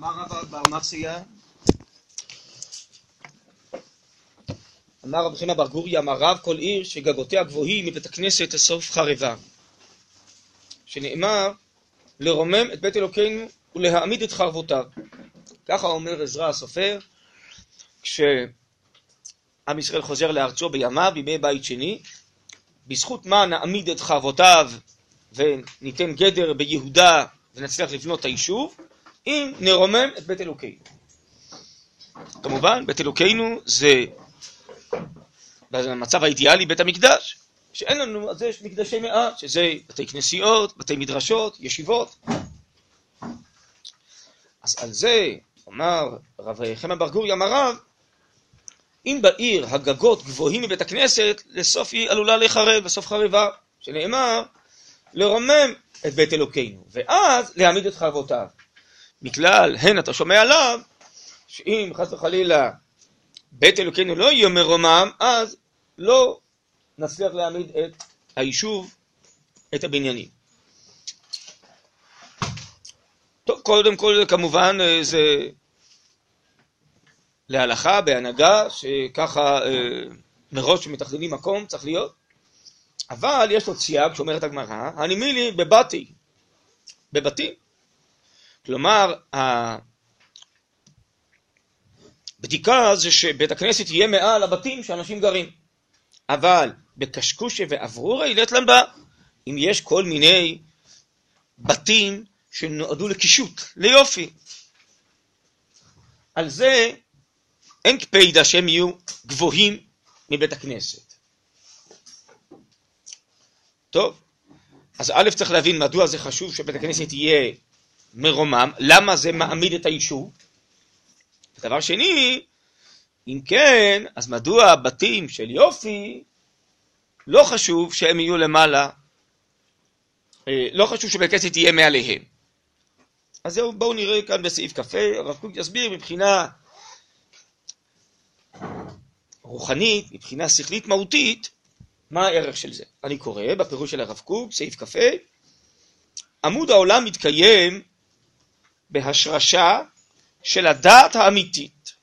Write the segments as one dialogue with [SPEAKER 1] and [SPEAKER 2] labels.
[SPEAKER 1] אמר רב בר מציה, אמר רב חנא בר גורי, אמר רב כל עיר שגגותיה גבוהים מבית הכנסת לסוף חרבה, שנאמר לרומם את בית אלוקינו ולהעמיד את חרבותיו. ככה אומר עזרא הסופר כשעם ישראל חוזר לארצו בימיו, בימי בית שני, בזכות מה נעמיד את חרבותיו וניתן גדר ביהודה ונצליח לבנות את היישוב? אם נרומם את בית אלוקינו. כמובן, בית אלוקינו זה במצב האידיאלי בית המקדש, שאין לנו, אז יש מקדשי מעט, שזה בתי כנסיות, בתי מדרשות, ישיבות. אז על זה אמר רב חנא בר גורי, אמר רב, אם בעיר הגגות גבוהים מבית הכנסת, לסוף היא עלולה להיחרב, בסוף חרבה, שנאמר לרומם את בית אלוקינו, ואז להעמיד את חרבותיו. מכלל, הן אתה שומע עליו, שאם חס וחלילה בית אלוקינו לא יהיה מרומם, אז לא נצליח להעמיד את היישוב, את הבניינים. טוב, קודם כל כמובן זה להלכה, בהנהגה, שככה מראש שמתכננים מקום צריך להיות. אבל יש לו סייג שאומרת הגמרא, הנמי לי בבתים. כלומר, הבדיקה זה שבית הכנסת יהיה מעל הבתים שאנשים גרים. אבל בקשקושה ואברורה ילת לנבא, אם יש כל מיני בתים שנועדו לקישוט, ליופי. על זה אין קפידה שהם יהיו גבוהים מבית הכנסת. טוב, אז א' צריך להבין מדוע זה חשוב שבית הכנסת יהיה מרומם, למה זה מעמיד את היישוב. דבר שני, אם כן, אז מדוע הבתים של יופי לא חשוב שהם יהיו למעלה, לא חשוב שבית הכנסת יהיה מעליהם. אז זהו, בואו נראה כאן בסעיף כ"ה, הרב קוק יסביר מבחינה רוחנית, מבחינה שכלית מהותית, מה הערך של זה. אני קורא בפירוש של הרב קוק, סעיף כ"ה, עמוד העולם מתקיים בהשרשה של הדעת האמיתית.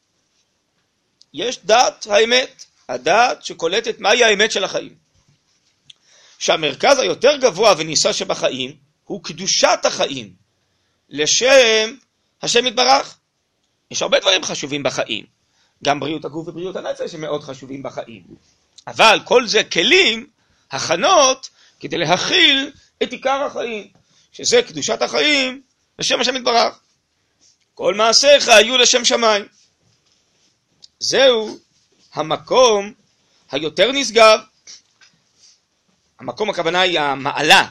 [SPEAKER 1] יש דעת האמת, הדעת שקולטת מהי האמת של החיים. שהמרכז היותר גבוה ונישא שבחיים הוא קדושת החיים, לשם השם יתברך. יש הרבה דברים חשובים בחיים, גם בריאות הגוף ובריאות הנפש הם מאוד חשובים בחיים. אבל כל זה כלים, הכנות, כדי להכיל את עיקר החיים, שזה קדושת החיים לשם השם יתברך. כל מעשיך היו לשם שמיים. זהו המקום היותר נשגב. המקום הכוונה היא המעלה,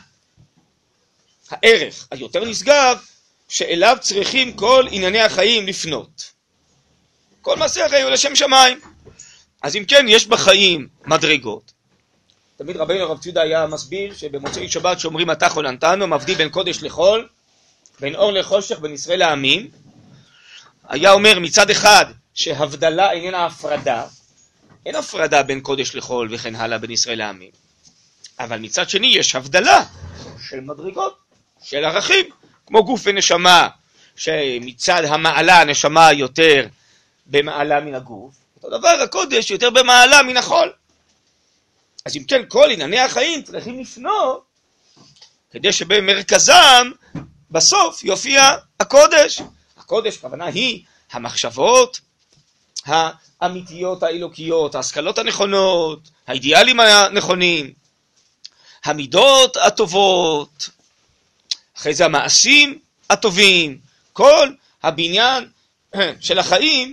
[SPEAKER 1] הערך היותר נשגב, שאליו צריכים כל ענייני החיים לפנות. כל מעשיך היו לשם שמיים. אז אם כן, יש בחיים מדרגות. תמיד רבינו הרב ציודה היה מסביר שבמוצאי שבת שאומרים אתה חולנתנו, מבדיל בין קודש לחול, בין אור לחושך, בין ישראל לעמים. היה אומר מצד אחד שהבדלה איננה הפרדה, אין הפרדה בין קודש לחול וכן הלאה בין ישראל לעמים. אבל מצד שני יש הבדלה של מדרגות, של ערכים, כמו גוף ונשמה, שמצד המעלה הנשמה יותר במעלה מן הגוף, אותו דבר הקודש יותר במעלה מן החול. אז אם כן, כל ענייני החיים צריכים לפנות, כדי שבמרכזם בסוף יופיע הקודש. הקודש, כוונה היא המחשבות האמיתיות, האלוקיות, ההשכלות הנכונות, האידיאלים הנכונים, המידות הטובות, אחרי זה המעשים הטובים, כל הבניין של החיים,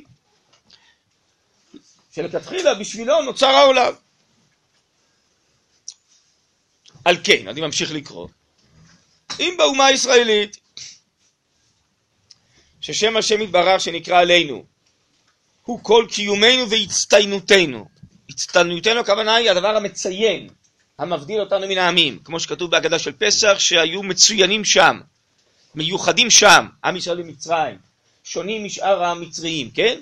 [SPEAKER 1] שלכתחילה בשבילו נוצר העולם. על כן, אני ממשיך לקרוא. אם באומה הישראלית, ששם השם יתברך שנקרא עלינו, הוא כל קיומנו והצטיינותנו. הצטיינותנו הכוונה היא הדבר המציין, המבדיל אותנו מן העמים, כמו שכתוב בהגדה של פסח, שהיו מצוינים שם, מיוחדים שם, עם ישראל במצרים, שונים משאר המצריים, כן?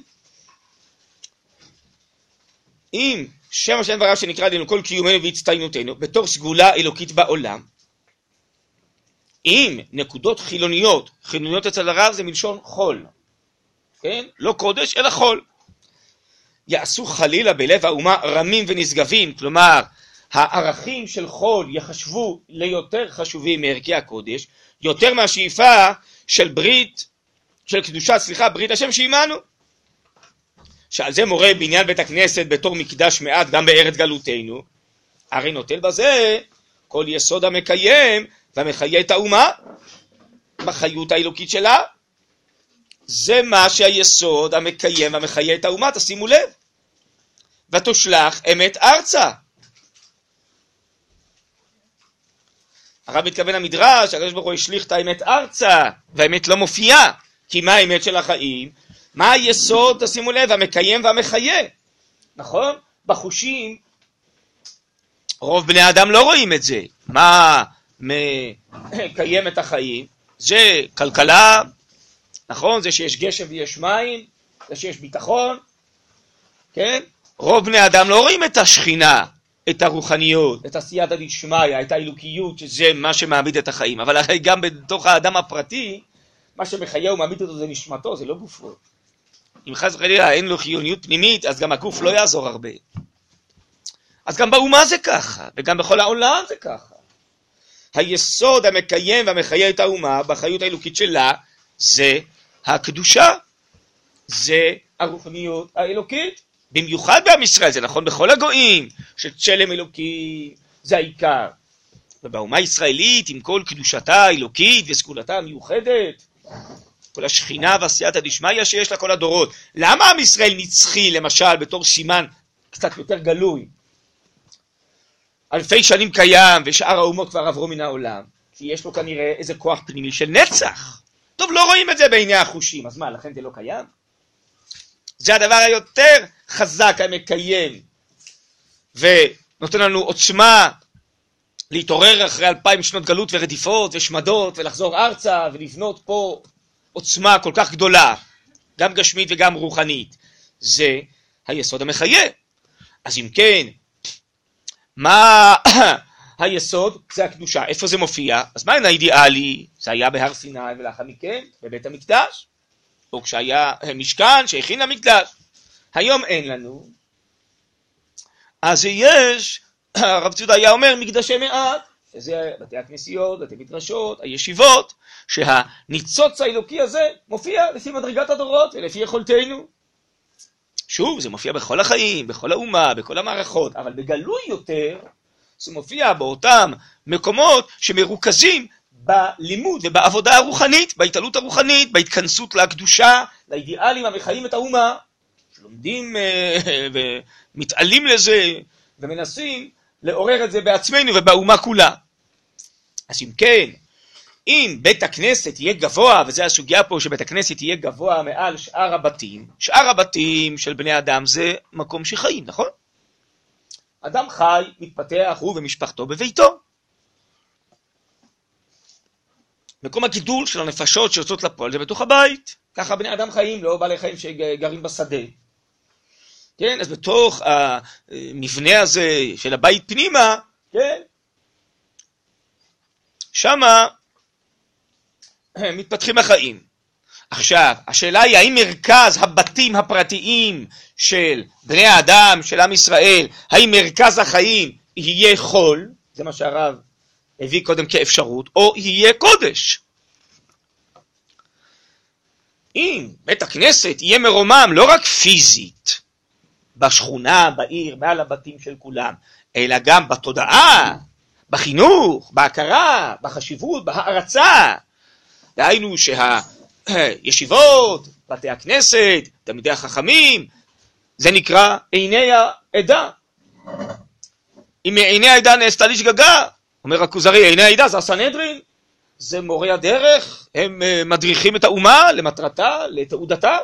[SPEAKER 1] אם שם השם יתברך שנקרא עלינו כל קיומנו והצטיינותנו, בתור סגולה אלוקית בעולם, אם נקודות חילוניות, חילוניות אצל הרב זה מלשון חול, כן? לא קודש אלא חול. יעשו חלילה בלב האומה רמים ונשגבים, כלומר הערכים של חול יחשבו ליותר חשובים מערכי הקודש, יותר מהשאיפה של ברית, של קדושה, ברית השם שעימנו. שעל זה מורה בניין בית הכנסת בתור מקדש מעט גם בארץ גלותנו, הרי נוטל בזה כל יסוד המקיים והמחיה את האומה בחיות האלוקית שלה. זה מה שהיסוד המקיים והמחיה את האומה, תשימו לב. ותושלח אמת ארצה. הרב מתכוון המדרש, הקדוש ברוך הוא השליך את האמת ארצה, והאמת לא מופיעה, כי מה האמת של החיים? מה היסוד, תשימו לב, המקיים והמחיה? נכון? בחושים, רוב בני האדם לא רואים את זה. מה מקיים את החיים? זה כלכלה, נכון? זה שיש גשם ויש מים, זה שיש ביטחון, כן? רוב בני האדם לא רואים את השכינה, את הרוחניות, את הסייעתא דשמיא, את האלוקיות, שזה מה שמעמיד את החיים. אבל הרי גם בתוך האדם הפרטי, מה שמחיה ומעמיד אותו זה נשמתו, זה לא גופו. אם חס וחלילה אין לו חיוניות פנימית, אז גם הגוף לא יעזור הרבה. אז גם באומה זה ככה, וגם בכל העולם זה ככה. היסוד המקיים והמחיה את האומה, בחיות האלוקית שלה, זה הקדושה. זה הרוחניות האלוקית. במיוחד בעם ישראל, זה נכון בכל הגויים, שצלם אלוקי זה העיקר. ובאומה הישראלית, עם כל קדושתה האלוקית וסגולתה המיוחדת, כל השכינה והסייעתא דשמיא שיש לה כל הדורות. למה עם ישראל נצחי, למשל, בתור סימן קצת יותר גלוי? אלפי שנים קיים, ושאר האומות כבר עברו מן העולם. כי יש לו כנראה איזה כוח פנימי של נצח. טוב, לא רואים את זה בעיני החושים, אז מה, לכן זה לא קיים? זה הדבר היותר חזק המקיים, ונותן לנו עוצמה להתעורר אחרי 2000 שנות גלות ורדיפות ושמדות, ולחזור ארצה ולבנות פה עוצמה כל כך גדולה, גם גשמית וגם רוחנית. זה היסוד המחיה. אז אם כן, מה היסוד? זה הקדושה. איפה זה מופיע? אז מה אין האידיאלי? זה היה בהר סיני ולאחר מכן בבית המקדש, או כשהיה משכן שהכין למקדש. היום אין לנו. אז יש, הרב ציודה היה אומר, מקדשי מעט, שזה בתי הכנסיות, בתי מדרשות, הישיבות, שהניצוץ האלוקי הזה מופיע לפי מדרגת הדורות ולפי יכולתנו. שוב, זה מופיע בכל החיים, בכל האומה, בכל המערכות, אבל בגלוי יותר, זה מופיע באותם מקומות שמרוכזים בלימוד ובעבודה הרוחנית, בהתעלות הרוחנית, בהתכנסות לקדושה, לאידיאלים המחיים את האומה, שלומדים ומתעלים לזה ומנסים לעורר את זה בעצמנו ובאומה כולה. אז אם כן, אם בית הכנסת יהיה גבוה, וזה הסוגיה פה שבית הכנסת יהיה גבוה מעל שאר הבתים, שאר הבתים של בני אדם זה מקום שחיים, נכון? אדם חי, מתפתח, הוא ומשפחתו בביתו. מקום הגידול של הנפשות שיוצאות לפועל זה בתוך הבית. ככה בני אדם חיים, לא בעלי חיים שגרים בשדה. כן, אז בתוך המבנה הזה של הבית פנימה, כן, שמה מתפתחים החיים. עכשיו, השאלה היא האם מרכז הבתים הפרטיים של בני האדם, של עם ישראל, האם מרכז החיים יהיה חול, זה מה שהרב הביא קודם כאפשרות, או יהיה קודש. אם בית הכנסת יהיה מרומם לא רק פיזית, בשכונה, בעיר, מעל הבתים של כולם, אלא גם בתודעה, בחינוך, בהכרה, בחשיבות, בהערצה. דהיינו שהישיבות, בתי הכנסת, תלמידי החכמים, זה נקרא עיני העדה. אם מעיני העדה נעשתה לי שגגה, אומר הכוזרי, עיני העדה זה הסנהדרין, זה מורי הדרך, הם מדריכים את האומה למטרתה, לתעודתה.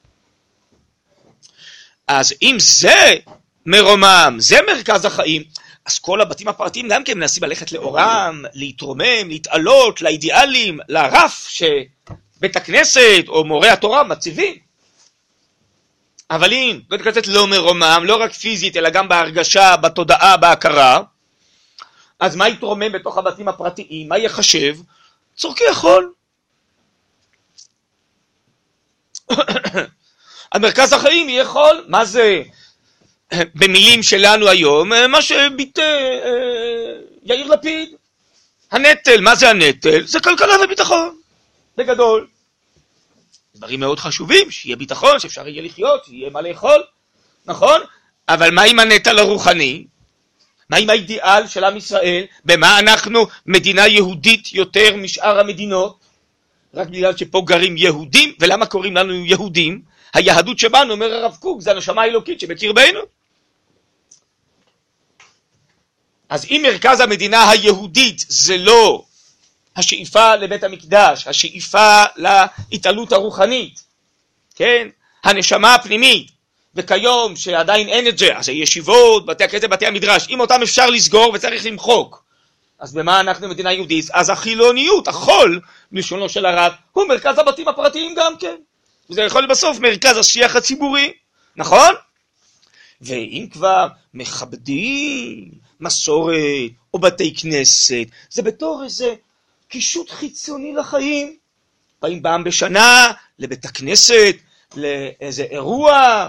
[SPEAKER 1] אז אם זה מרומם, זה מרכז החיים, אז כל הבתים הפרטיים גם כן מנסים ללכת לאורם, להתרומם, להתעלות, לאידיאלים, לרף שבית הכנסת או מורי התורה מציבים. אבל אם בית הכנסת לא מרומם, לא רק פיזית, אלא גם בהרגשה, בתודעה, בהכרה, אז מה יתרומם בתוך הבתים הפרטיים? מה יחשב? צורכי החול. על מרכז החיים יהיה חול. מה זה במילים שלנו היום? מה שביטא יאיר לפיד. הנטל, מה זה הנטל? זה כלכלה וביטחון, בגדול. דברים מאוד חשובים, שיהיה ביטחון, שאפשר יהיה לחיות, שיהיה מה לאכול, נכון? אבל מה עם הנטל הרוחני? מה עם האידיאל של עם ישראל? במה אנחנו מדינה יהודית יותר משאר המדינות? רק בגלל שפה גרים יהודים, ולמה קוראים לנו יהודים? היהדות שבנו, אומר הרב קוק, זה הנשמה האלוקית שבקרבנו. אז אם מרכז המדינה היהודית זה לא השאיפה לבית המקדש, השאיפה להתעלות הרוחנית, כן? הנשמה הפנימית, וכיום שעדיין אין את זה, אז הישיבות, בתי הכנסת, בתי המדרש, אם אותם אפשר לסגור וצריך למחוק, אז במה אנחנו מדינה יהודית? אז החילוניות, החול, בלשונו של הרב, הוא מרכז הבתים הפרטיים גם כן. וזה יכול בסוף מרכז השיח הציבורי, נכון? ואם כבר מכבדים מסורת או בתי כנסת, זה בתור איזה קישוט חיצוני לחיים. באים פעם בשנה לבית הכנסת, לאיזה אירוע,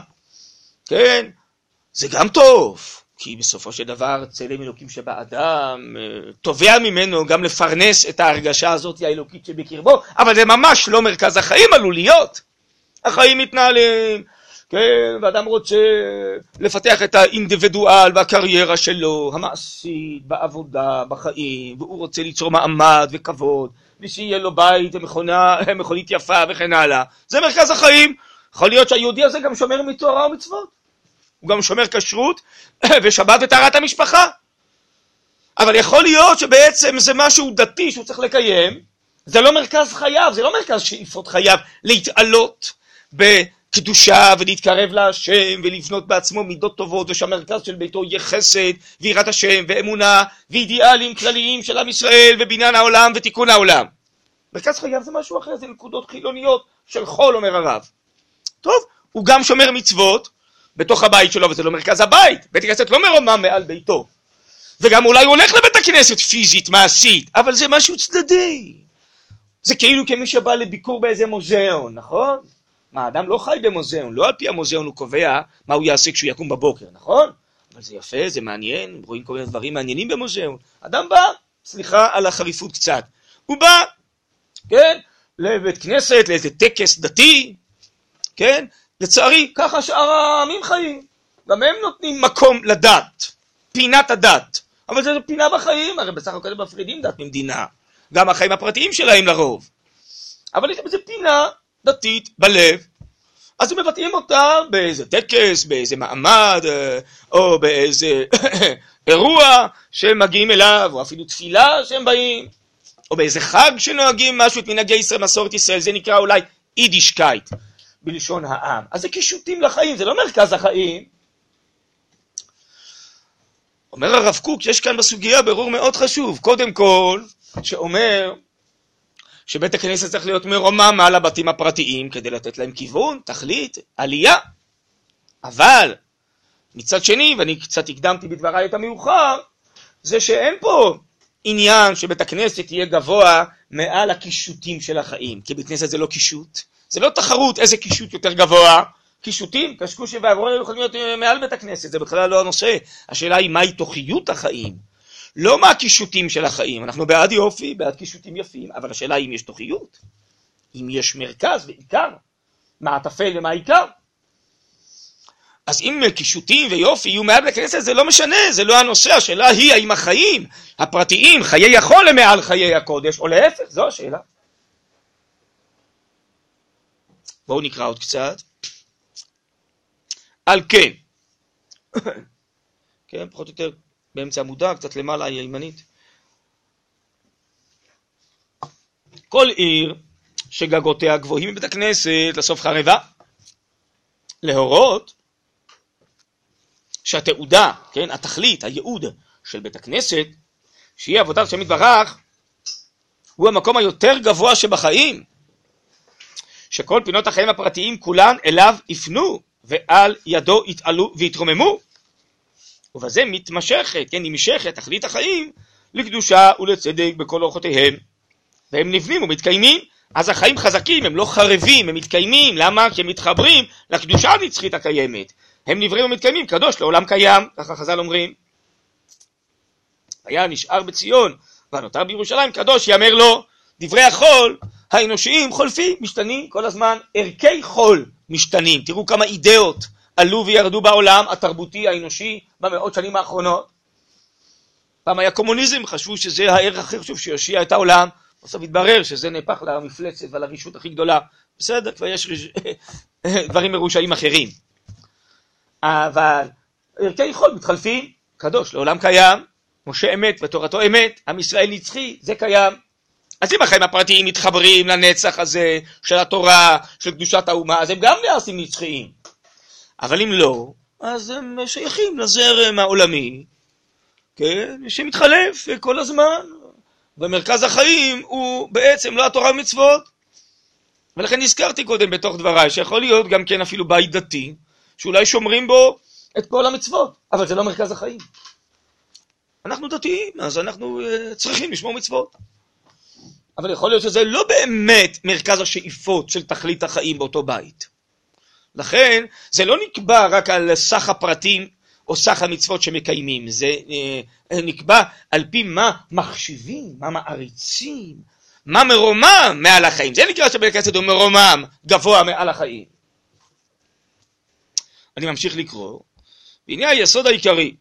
[SPEAKER 1] כן? זה גם טוב, כי בסופו של דבר צלם אלוקים שבאדם תובע ממנו גם לפרנס את ההרגשה הזאת האלוקית שבקרבו, אבל זה ממש לא מרכז החיים עלול להיות. החיים מתנהלים, כן, ואדם רוצה לפתח את האינדיבידואל והקריירה שלו, המעשית, בעבודה, בחיים, והוא רוצה ליצור מעמד וכבוד, ושיהיה לו בית ומכונית יפה וכן הלאה. זה מרכז החיים. יכול להיות שהיהודי הזה גם שומר מתורה ומצוות. הוא גם שומר כשרות ושבת וטהרת המשפחה. אבל יכול להיות שבעצם זה משהו דתי שהוא צריך לקיים. זה לא מרכז חייו, זה לא מרכז שאיפות חייו להתעלות בקדושה ולהתקרב להשם ולבנות בעצמו מידות טובות, ושהמרכז של ביתו יהיה חסד ויראת השם ואמונה ואידיאלים כלליים של עם ישראל ובניין העולם ותיקון העולם. מרכז חייו זה משהו אחר, זה נקודות חילוניות של חול, אומר הרב. טוב, הוא גם שומר מצוות בתוך הבית שלו, וזה לא מרכז הבית. בית הכנסת לא מרומם מעל ביתו. וגם אולי הוא הולך לבית הכנסת פיזית, מעשית, אבל זה משהו צדדי. זה כאילו כמי שבא לביקור באיזה מוזיאון, נכון? מה, האדם לא חי במוזיאון, לא על פי המוזיאון הוא קובע מה הוא יעשה כשהוא יקום בבוקר, נכון? אבל זה יפה, זה מעניין, רואים כל מיני דברים מעניינים במוזיאון. אדם בא, סליחה על החריפות קצת, הוא בא, כן, לבית כנסת, לאיזה טקס דתי, כן? לצערי, ככה שאר העמים חיים. גם הם נותנים מקום לדת, פינת הדת. אבל זה פינה בחיים, הרי בסך הכל מפרידים דת ממדינה. גם החיים הפרטיים שלהם לרוב. אבל יש בזה פינה דתית בלב, אז הם מבטאים אותה באיזה טקס, באיזה מעמד, או באיזה אירוע שהם מגיעים אליו, או אפילו תפילה שהם באים, או באיזה חג שנוהגים משהו, את מנהגי ישראל, מסורת ישראל, זה נקרא אולי יידישקייט, בלשון העם. אז זה קישוטים לחיים, זה לא מרכז החיים. אומר הרב קוק, יש כאן בסוגיה ברור מאוד חשוב. קודם כל, שאומר שבית הכנסת צריך להיות מרומם מעל הבתים הפרטיים, כדי לתת להם כיוון, תכלית, עלייה. אבל, מצד שני, ואני קצת הקדמתי בדבריי את המאוחר, זה שאין פה עניין שבית הכנסת יהיה גבוה מעל הקישוטים של החיים. כי בית כנסת זה לא קישוט. זה לא תחרות איזה קישוט יותר גבוה. קישוטים, קשקוש ועברון יכולים להיות מעל בית הכנסת, זה בכלל לא הנושא. השאלה היא מהי תוכיות החיים. לא מה הקישוטים של החיים. אנחנו בעד יופי, בעד קישוטים יפים, אבל השאלה היא אם יש תוכיות. אם יש מרכז ועיקר. מה הטפל ומה העיקר. אז אם קישוטים ויופי יהיו מעל בית הכנסת, זה לא משנה, זה לא הנושא. השאלה היא האם החיים הפרטיים, חיי החול הם מעל חיי הקודש, או להפך, זו השאלה. בואו נקרא עוד קצת. על כן, כן, פחות או יותר באמצע עמודה, קצת למעלה הימנית. כל עיר שגגותיה גבוהים מבית הכנסת לסוף חרבה, להורות שהתעודה, כן, התכלית, הייעוד של בית הכנסת, שהיא עבודת השם יתברך, הוא המקום היותר גבוה שבחיים, שכל פינות החיים הפרטיים כולן אליו יפנו, ועל ידו יתעלו ויתרוממו. ובזה מתמשכת, כן, נמשכת תכלית החיים לקדושה ולצדק בכל אורחותיהם. והם נבנים ומתקיימים, אז החיים חזקים, הם לא חרבים, הם מתקיימים. למה? כי הם מתחברים לקדושה הנצחית הקיימת. הם נבראים ומתקיימים, קדוש לעולם קיים, ככה חז"ל אומרים. היה נשאר בציון, ונותר בירושלים, קדוש יאמר לו. דברי החול האנושיים חולפים, משתנים כל הזמן, ערכי חול משתנים. תראו כמה אידאות עלו וירדו בעולם התרבותי האנושי במאות שנים האחרונות. פעם היה קומוניזם, חשבו שזה הערך הכי חשוב שיושיע את העולם, בסוף התברר שזה נהפך למפלצת ולרישות הכי גדולה. בסדר, כבר יש דברים מרושעים אחרים. אבל ערכי חול מתחלפים, קדוש לעולם קיים, משה אמת ותורתו אמת, עם ישראל נצחי, זה קיים. אז אם החיים הפרטיים מתחברים לנצח הזה של התורה, של קדושת האומה, אז הם גם נעשים נצחיים. אבל אם לא, אז הם שייכים לזרם העולמי, כן, שמתחלף כל הזמן, ומרכז החיים הוא בעצם לא התורה ומצוות. ולכן נזכרתי קודם בתוך דבריי, שיכול להיות גם כן אפילו בית דתי, שאולי שומרים בו את כל המצוות, אבל זה לא מרכז החיים. אנחנו דתיים, אז אנחנו צריכים לשמור מצוות. אבל יכול להיות שזה לא באמת מרכז השאיפות של תכלית החיים באותו בית. לכן זה לא נקבע רק על סך הפרטים או סך המצוות שמקיימים, זה נקבע על פי מה מחשיבים, מה מעריצים, מה מרומם מעל החיים. זה נקרא שבית הכנסת הוא מרומם גבוה מעל החיים. אני ממשיך לקרוא, והנה היסוד העיקרי.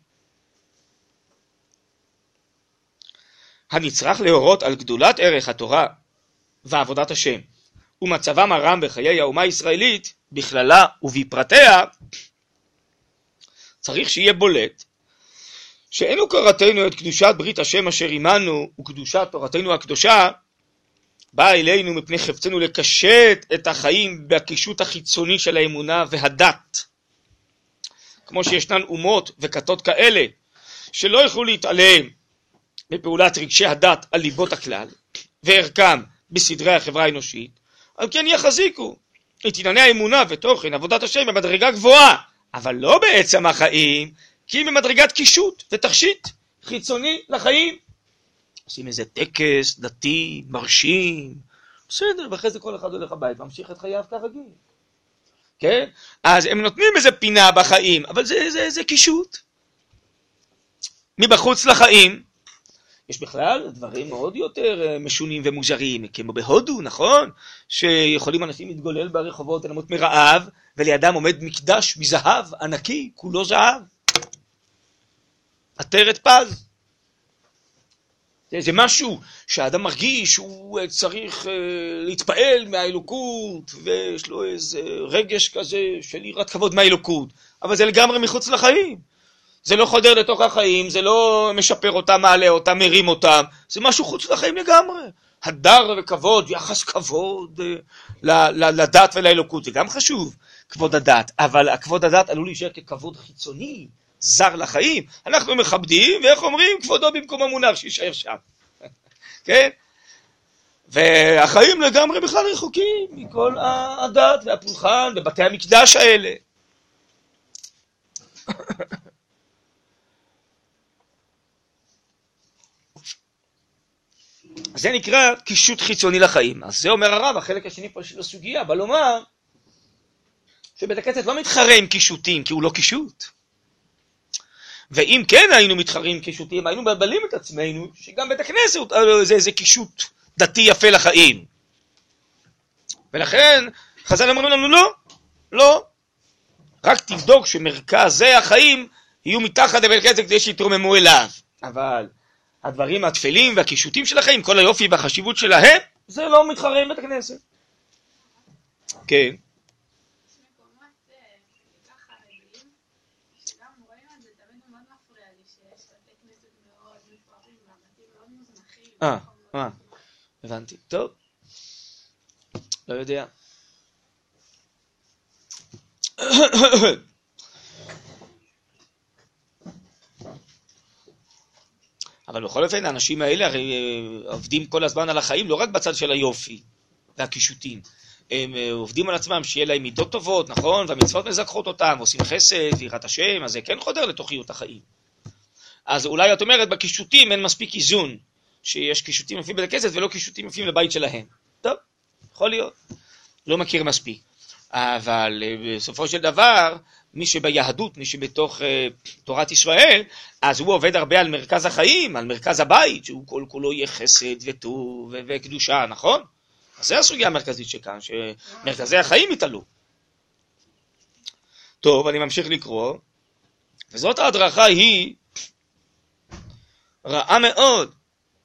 [SPEAKER 1] הנצרך להורות על גדולת ערך התורה ועבודת השם, ומצבם הרם בחיי האומה הישראלית, בכללה ובפרטיה, צריך שיהיה בולט, שאין הוקרתנו את קדושת ברית השם אשר עמנו, וקדושת תורתנו הקדושה, באה אלינו מפני חפצנו לקשט את החיים בקישוט החיצוני של האמונה והדת. כמו שישנן אומות וכתות כאלה, שלא יכלו להתעלם בפעולת רגשי הדת על ליבות הכלל, וערכם בסדרי החברה האנושית, על כן יחזיקו את ענייני האמונה ותוכן עבודת השם במדרגה גבוהה, אבל לא בעצם החיים, כי במדרגת קישוט ותכשיט חיצוני לחיים. עושים איזה טקס דתי, מרשים, בסדר, ואחרי זה כל אחד הולך הבית וממשיך את חייו כרגיל. כן? אז הם נותנים איזה פינה בחיים, אבל זה קישוט. מבחוץ לחיים, יש בכלל דברים מאוד יותר משונים ומוזרים, כמו בהודו, נכון? שיכולים אנשים להתגולל ברחובות ולמות מרעב, ולידם עומד מקדש מזהב ענקי, כולו זהב. עטרת פז. זה משהו שהאדם מרגיש שהוא צריך להתפעל מהאלוקות, ויש לו איזה רגש כזה של יראת כבוד מהאלוקות, אבל זה לגמרי מחוץ לחיים. זה לא חודר לתוך החיים, זה לא משפר אותם, מעלה אותם, מרים אותם, זה משהו חוץ לחיים לגמרי. הדר וכבוד, יחס כבוד לדת ולאלוקות, זה גם חשוב, כבוד הדת, אבל הכבוד הדת עלול להישאר ככבוד חיצוני, זר לחיים. אנחנו מכבדים, ואיך אומרים? כבודו במקום המונח, שישאר שם. כן? והחיים לגמרי בכלל רחוקים מכל הדת והפולחן ובתי המקדש האלה. זה נקרא קישוט חיצוני לחיים. אז זה אומר הרב, החלק השני פה של הסוגיה, בא לומר שבית הכנסת לא מתחרה עם קישוטים, כי הוא לא קישוט. ואם כן היינו מתחרים קישוטים, היינו מבלבלים את עצמנו, שגם בית הכנסת זה קישוט דתי יפה לחיים. ולכן חז"ל אמרו לנו לא. רק תבדוק שמרכזי החיים יהיו מתחת לבית הכנסת כדי שיתרוממו אליו. אבל הדברים התפלים והקישוטים של החיים, כל היופי והחשיבות שלהם, זה לא מתחרה עם בית הכנסת. כן. הבנתי. טוב. לא יודע. אבל בכל אופן, האנשים האלה הרי עובדים כל הזמן על החיים, לא רק בצד של היופי והקישוטים. הם עובדים על עצמם שיהיה להם מידות טובות, נכון? והמצוות מזכחות אותם, עושים חסד, יראת השם, אז זה כן חודר לתוכיות החיים. אז אולי את אומרת, בקישוטים אין מספיק איזון שיש קישוטים יפים בית הכנסת ולא קישוטים יפים לבית שלהם. טוב, יכול להיות. לא מכיר מספיק. אבל בסופו של דבר, מי שביהדות, מי שבתוך תורת ישראל, אז הוא עובד הרבה על מרכז החיים, על מרכז הבית, שהוא כל כולו יהיה חסד וטוב וקדושה, נכון? אז זה הסוגיה המרכזית שכאן, שמרכזי החיים יתעלו. טוב, אני ממשיך לקרוא, וזאת ההדרכה היא רעה מאוד.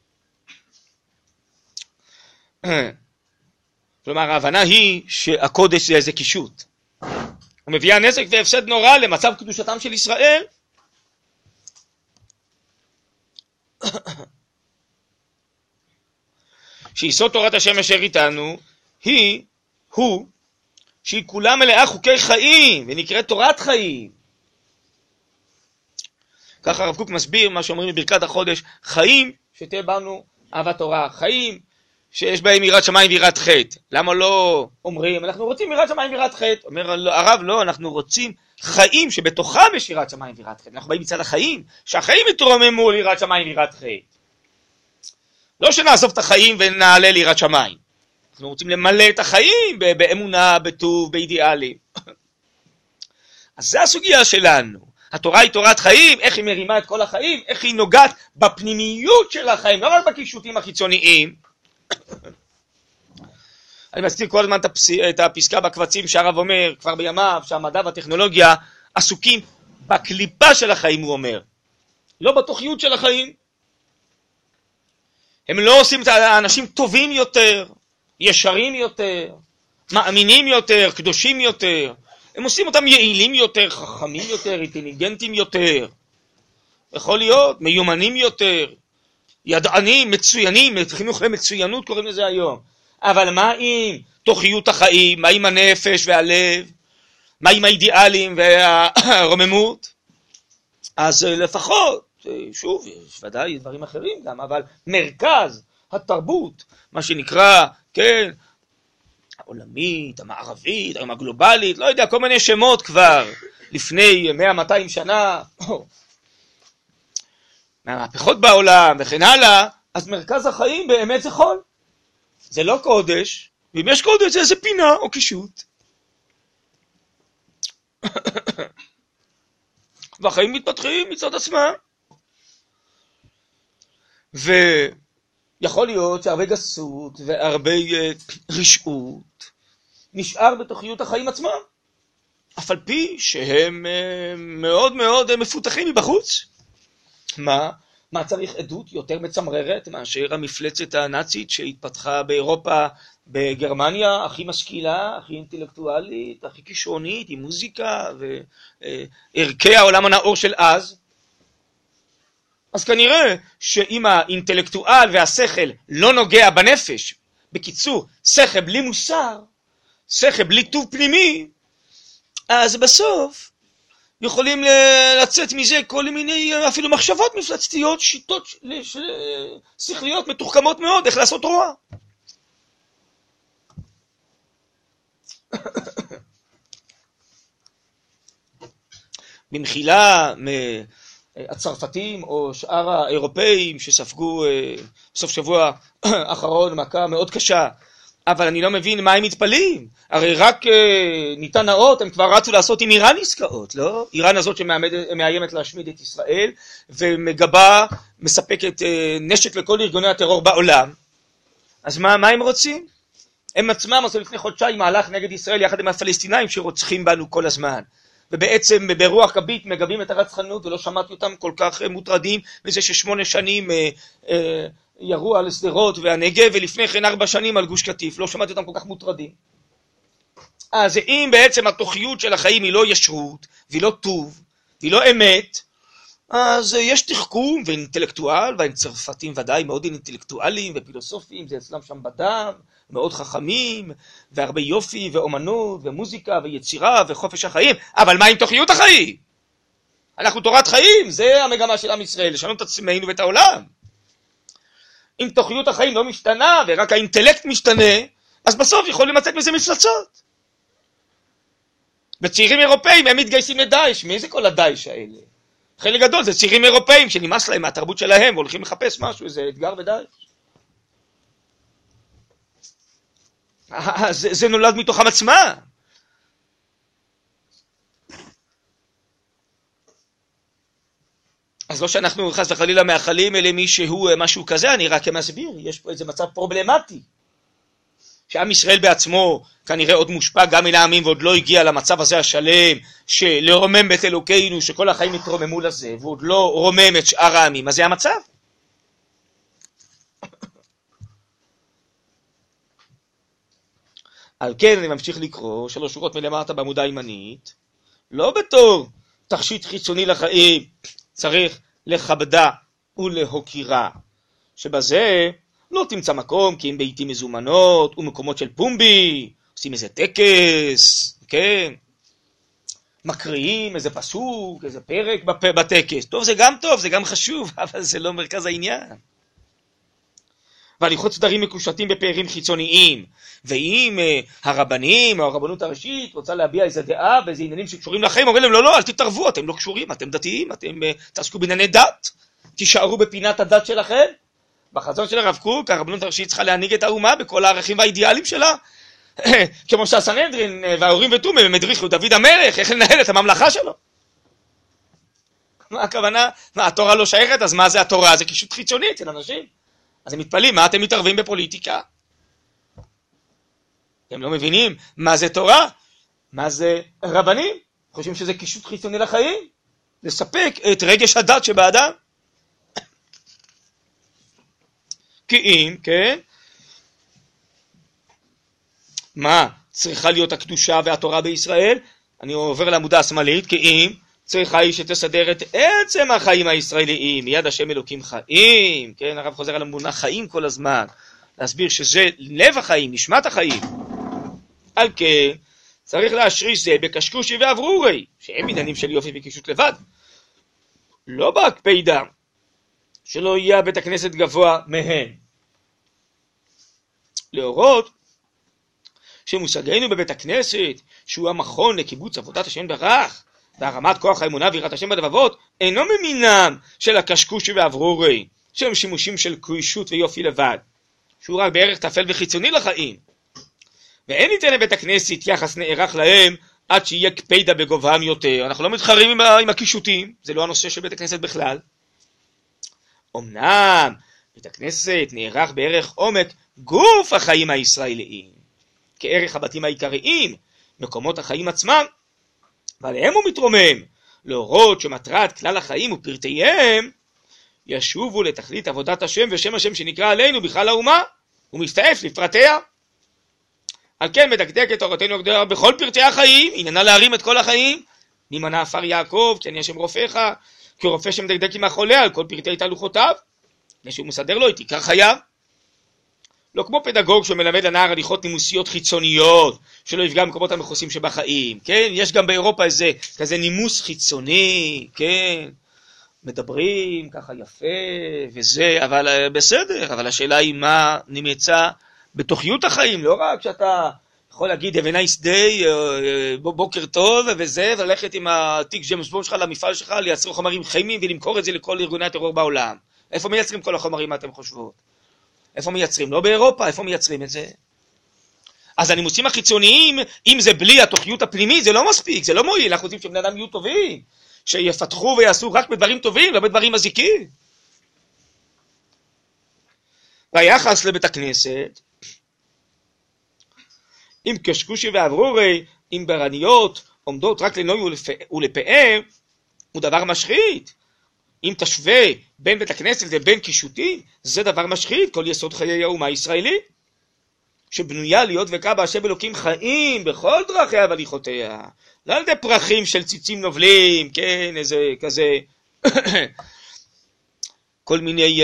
[SPEAKER 1] כלומר, ההבנה היא שהקודש זה איזה קישוט. הוא מביאה נזק והפסד נורא למצב קדושתם של ישראל. שיסוד תורת השם אשר איתנו, שהיא כולה מלאה חוקי חיים, ונקראת תורת חיים. ככה הרב קוק מסביר מה שאומרים בברכת החודש, חיים שתהיה בנו אהבת תורה, חיים שיש בהם יראת שמיים ויראת חטא. למה לא אומרים, אנחנו רוצים יראת שמיים ויראת חטא? אומר הרב, לא, אנחנו רוצים חיים שבתוכם יש יראת שמיים ויראת חטא. אנחנו באים מצד החיים, שהחיים יתרוממו ליראת שמיים ויראת חטא. לא שנעזוב את החיים ונעלה ליראת שמיים. אנחנו רוצים למלא את החיים באמונה, בטוב, באידיאלים. אז זה הסוגיה שלנו. התורה היא תורת חיים, איך היא מרימה את כל החיים, איך היא נוגעת בפנימיות של החיים, לא רק בקישוטים החיצוניים. אני מזכיר כל הזמן את הפסקה בקבצים שהרב אומר, כבר בימיו, שהמדע והטכנולוגיה עסוקים בקליפה של החיים, הוא אומר. לא בתוכיות של החיים. הם לא עושים את האנשים טובים יותר, ישרים יותר, מאמינים יותר, קדושים יותר. הם עושים אותם יעילים יותר, חכמים יותר, אינטליגנטים יותר. יכול להיות, מיומנים יותר, ידענים, מצוינים, חינוך למצוינות קוראים לזה היום. אבל מה עם תוכיות החיים, מה עם הנפש והלב, מה עם האידיאלים והרוממות? אז לפחות, שוב, יש ודאי דברים אחרים גם, אבל מרכז התרבות, מה שנקרא, כן, העולמית, המערבית, הגלובלית, לא יודע, כל מיני שמות כבר, לפני 100-200 שנה, מהמהפכות בעולם וכן הלאה, אז מרכז החיים באמת זה חול. זה לא קודש, ואם יש קודש זה איזה פינה או קישוט. והחיים מתפתחים מצד עצמם. ויכול להיות שהרבה גסות והרבה רשעות נשאר בתוכיות החיים עצמם, אף על פי שהם מאוד מאוד מפותחים מבחוץ. מה צריך עדות יותר מצמררת מאשר המפלצת הנאצית שהתפתחה באירופה, בגרמניה, הכי משכילה, הכי אינטלקטואלית, הכי כישרונית, עם מוזיקה וערכי העולם הנאור של אז. אז כנראה שאם האינטלקטואל והשכל לא נוגע בנפש, בקיצור, שכל בלי מוסר, שכל בלי טוב פנימי, אז בסוף יכולים לצאת מזה כל מיני אפילו מחשבות מפלצתיות, שיטות שכליות מתוחכמות מאוד, איך לעשות רוע. במחילה מהצרפתים או שאר האירופאים שספגו בסוף שבוע האחרון מכה מאוד קשה, אבל אני לא מבין מה הם מתפלים. הרי רק ניתן האות, הם כבר רצו לעשות עם איראן עסקאות, לא? איראן הזאת שמאיימת להשמיד את ישראל, ומגבה, מספקת נשק לכל ארגוני הטרור בעולם. אז מה הם רוצים? הם עצמם עשו לפני חודשיים מהלך נגד ישראל, יחד עם הפלסטינאים שרוצחים בנו כל הזמן. ובעצם ברוח גבית מגבים את הרצחנות, ולא שמעתי אותם כל כך מוטרדים, מזה ש8 שנים ירו על שדרות והנגב, ולפני כן 4 שנים על גוש קטיף. לא שמעתי אותם כל כך מוטרדים. אז אם בעצם התוכיות של החיים היא לא ישרות, והיא לא טוב, והיא לא אמת, אז יש תחכום ואינטלקטואל, והצרפתים ודאי מאוד אינטלקטואלים ופילוסופים, זה אצלם שם בדם, מאוד חכמים, והרבה יופי ואומנות ומוזיקה ויצירה וחופש החיים, אבל מה עם תוכיות החיים? אנחנו תורת חיים, זה המגמה של עם ישראל, לשנות את עצמנו ואת העולם. אם תוכיות החיים לא משתנה ורק האינטלקט משתנה, אז בסוף יכולים לצאת מזה מפלצות. בצעירים אירופאים הם מתגייסים לדאעש. מי זה כל הדאעש האלה? חלק גדול זה צעירים אירופאים שנמאס להם מהתרבות שלהם, והולכים לחפש משהו, איזה אתגר ודי. זה נולד מתוכם עצמם. אז לא שאנחנו חס וחלילה מאחלים אלה מישהו משהו כזה, אני רק מסביר, יש פה איזה מצב פרובלמטי. שעם ישראל בעצמו כנראה עוד מושפע גם מן העמים ועוד לא הגיע למצב הזה השלם שלרומם בית אלוקינו, שכל החיים יתרוממו לזה, ועוד לא רומם את שאר העמים, אז זה המצב. על כן אני ממשיך לקרוא 3 שורות מלמטה בעמודה הימנית, לא בתור תכשיט חיצוני לחיים, צריך לכבדה ולהוקירה, שבזה לא תמצא מקום כי אם ביתי מזומנות ומקומות של פומבי, עושים איזה טקס, כן, מקריאים איזה פסוק, איזה פרק בטקס, טוב זה גם טוב, זה גם חשוב, אבל זה לא מרכז העניין. והליכות סדרים מקושטים בפארים חיצוניים, ואם הרבנים או הרבנות הראשית רוצה להביע איזה דעה באיזה עניינים שקשורים לחיים, אומרים להם לא, אל תתערבו, אתם לא קשורים, אתם דתיים, אתם תעסקו בענייני דת, תישארו בפינת הדת שלכם. בחזון של הרב קוק, הרבנות הראשית צריכה להנהיג את האומה בכל הערכים והאידיאלים שלה, כמו שהסנהדרין וההורים ותומה הם הדריכו דוד המלך, איך לנהל את הממלכה שלו. מה הכוונה? מה, התורה לא שייכת, אז מה זה התורה? זה קישוט חיצוני אצל אנשים. אז הם מתפלאים, מה אתם מתערבים בפוליטיקה? הם לא מבינים מה זה תורה, מה זה רבנים, חושבים שזה קישוט חיצוני לחיים, לספק את רגש הדת שבאדם. כי אם, כן, מה צריכה להיות הקדושה והתורה בישראל? אני עובר לעמודה השמאלית, כי אם צריכה היא שתסדר את עצם החיים הישראליים, מיד השם אלוקים חיים, כן, הרב חוזר על המונח חיים כל הזמן, להסביר שזה לב החיים, נשמת החיים. על כן, צריך להשריש זה בקשקושי ואברורי, שהם עניינים של יופי וקישוט לבד. לא בהקפידה, שלא יהיה בית הכנסת גבוה מהם. להורות שמושגנו בבית הכנסת, שהוא המכון לקיבוץ עבודת השם ברך, והרמת כוח האמונה ויראת השם בלבבות, אינו ממינם של הקשקושי ואברורי, שהם שימושים של קישוט ויופי לבד, שהוא רק בערך תפל וחיצוני לחיים. ואין ניתן לבית הכנסת יחס נערך להם עד שיהיה קפידה בגובהם יותר. אנחנו לא מתחרים עם הקישוטים, זה לא הנושא של בית הכנסת בכלל. אמנם בית הכנסת נערך בערך עומק גוף החיים הישראליים, כערך הבתים העיקריים, מקומות החיים עצמם, ועליהם הוא מתרומם, להורות שמטרת כלל החיים ופרטיהם ישובו לתכלית עבודת השם ושם השם שנקרא עלינו בכלל האומה, ומסתעף לפרטיה. על כן מדקדק את תורתנו הגדולה בכל פרטי החיים, עניינה להרים את כל החיים, ממנה עפר יעקב, כי אני השם רופאך, כרופא שמדקדק עם החולה על כל פרטי תהלוכותיו, שהוא מסדר לו את עיקר חייו. לא כמו פדגוג שמלמד לנער הליכות נימוסיות חיצוניות, שלא יפגע במקומות המכוסים שבחיים, כן? יש גם באירופה איזה כזה נימוס חיצוני, כן? מדברים ככה יפה וזה, אבל בסדר, אבל השאלה היא מה נמצא בתוכיות החיים, לא רק שאתה יכול להגיד have a nice day, בוקר טוב וזה, וללכת עם התיק ג'יימס בונד שלך למפעל שלך, לייצר חומרים כימיים ולמכור את זה לכל ארגוני הטרור בעולם. איפה מייצרים כל החומרים, מה אתם חושבות? איפה מייצרים? לא באירופה, איפה מייצרים את זה? אז הנימוסים החיצוניים, אם זה בלי התוכיות הפנימית, זה לא מספיק, זה לא מועיל, אנחנו רוצים שבני אדם יהיו טובים, שיפתחו ויעשו רק בדברים טובים, לא בדברים מזיקים. והיחס לבית הכנסת, עם קשקושי ואברורי, עם ברניות, עומדות רק לנוי ולפאר, הוא דבר משחית. אם תשווה בין בית הכנסת ובין קישוטים, זה דבר משחית, כל יסוד חיי האומה הישראלית, שבנויה להיות וקה בהשם אלוקים חיים בכל דרכיה והליכותיה, לא על ידי פרחים של ציצים נובלים, כן, איזה כזה, כל מיני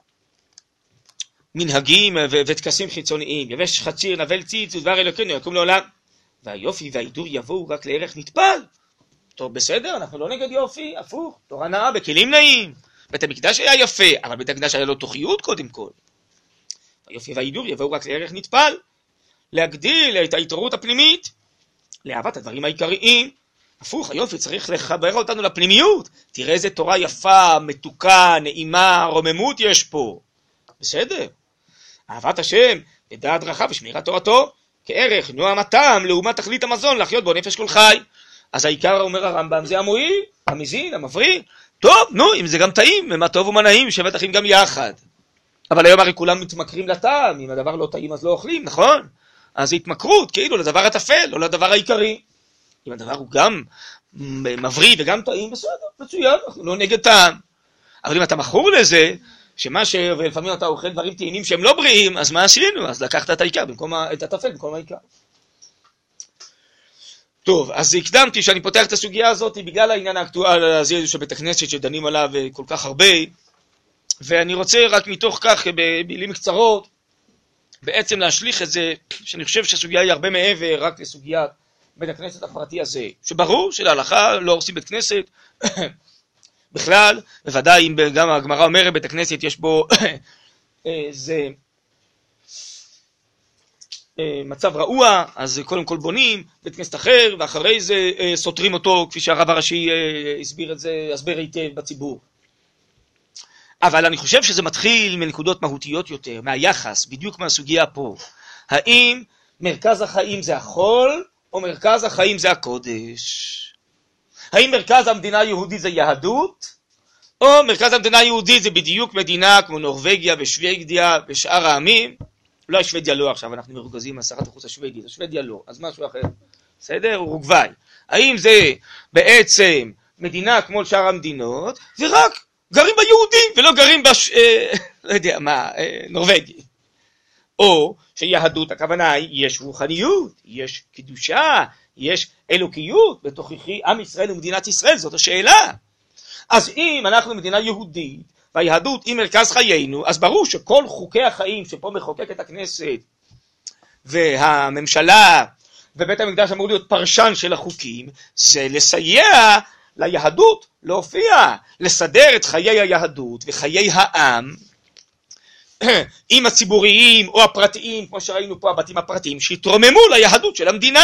[SPEAKER 1] מנהגים וטקסים חיצוניים, יבש חציר נבל ציץ ודבר אלוקינו יקום לעולם, והיופי וההידור יבואו רק לערך נטפל. טוב, בסדר, אנחנו לא נגד יופי, הפוך, תורה נאה בכלים נאים. בית המקדש היה יפה, אבל בית המקדש היה לו תוכיות קודם כל. היופי וההידור יבואו רק לערך נטפל, להגדיל את ההתעוררות הפנימית, לאהבת הדברים העיקריים, הפוך, היופי צריך לחבר אותנו לפנימיות. תראה איזה תורה יפה, מתוקה, נעימה, רוממות יש פה. בסדר. אהבת השם, לדעת דרכיו ושמירת תורתו, כערך, נועם הטעם, לעומת תכלית המזון, לחיות בו נפש כל חי. אז העיקר אומר הרמב"ם, זה המועיל, המזין, המבריא. טוב, נו, אם זה גם טעים, מה טוב ומה נעים, שבת אחים גם יחד. אבל היום הרי כולם מתמכרים לטעם, אם הדבר לא טעים אז לא אוכלים, נכון? אז זה התמכרות, כאילו, לדבר הטפל, לא לדבר העיקרי. אם הדבר הוא גם מבריא וגם טעים, בסדר, מצוין, אנחנו לא נגד טעם. אבל אם אתה מכור לזה, ולפעמים אתה אוכל דברים טעימים שהם לא בריאים, אז מה עשינו? אז לקחת את העיקר, את הטפל במקום העיקר. טוב, אז הקדמתי שאני פותח את הסוגיה הזאת בגלל העניין האקטואל הזה של בית הכנסת שדנים עליו כל כך הרבה, ואני רוצה רק מתוך כך במילים קצרות בעצם להשליך את זה, שאני חושב שהסוגיה היא הרבה מעבר רק לסוגיית בית הכנסת הפרטי הזה, שברור שלהלכה לא עושים בית כנסת בכלל, בוודאי אם גם הגמרא אומרת בית הכנסת יש בו זה מצב רעוע, אז קודם כל בונים בית כנסת אחר, ואחרי זה סותרים אותו, כפי שהרב הראשי הסביר את זה, הסבר היטב בציבור. אבל אני חושב שזה מתחיל מנקודות מהותיות יותר, מהיחס, בדיוק מהסוגיה פה. האם מרכז החיים זה החול, או מרכז החיים זה הקודש? האם מרכז המדינה היהודית זה יהדות, או מרכז המדינה היהודית זה בדיוק מדינה כמו נורווגיה ושוודיה ושאר העמים? אולי שוודיה לא עכשיו, אנחנו מרוגזים על שרת החוץ השוודית, שוודיה לא, אז משהו אחר. בסדר? אורוגוואי. האם זה בעצם מדינה כמו שאר המדינות, ורק גרים ביהודים ולא גרים לא יודע מה, נורווגי? או שיהדות הכוונה היא, יש רוחניות, יש קדושה, יש אלוקיות בתוככי עם ישראל ומדינת ישראל, זאת השאלה. אז אם אנחנו מדינה יהודית, והיהדות היא מרכז חיינו, אז ברור שכל חוקי החיים שפה מחוקקת הכנסת, והממשלה, ובית המקדש אמור להיות פרשן של החוקים, זה לסייע ליהדות להופיע, לסדר את חיי היהדות וחיי העם, עם הציבוריים או הפרטיים, כמו שראינו פה הבתים הפרטיים, שהתרוממו ליהדות של המדינה.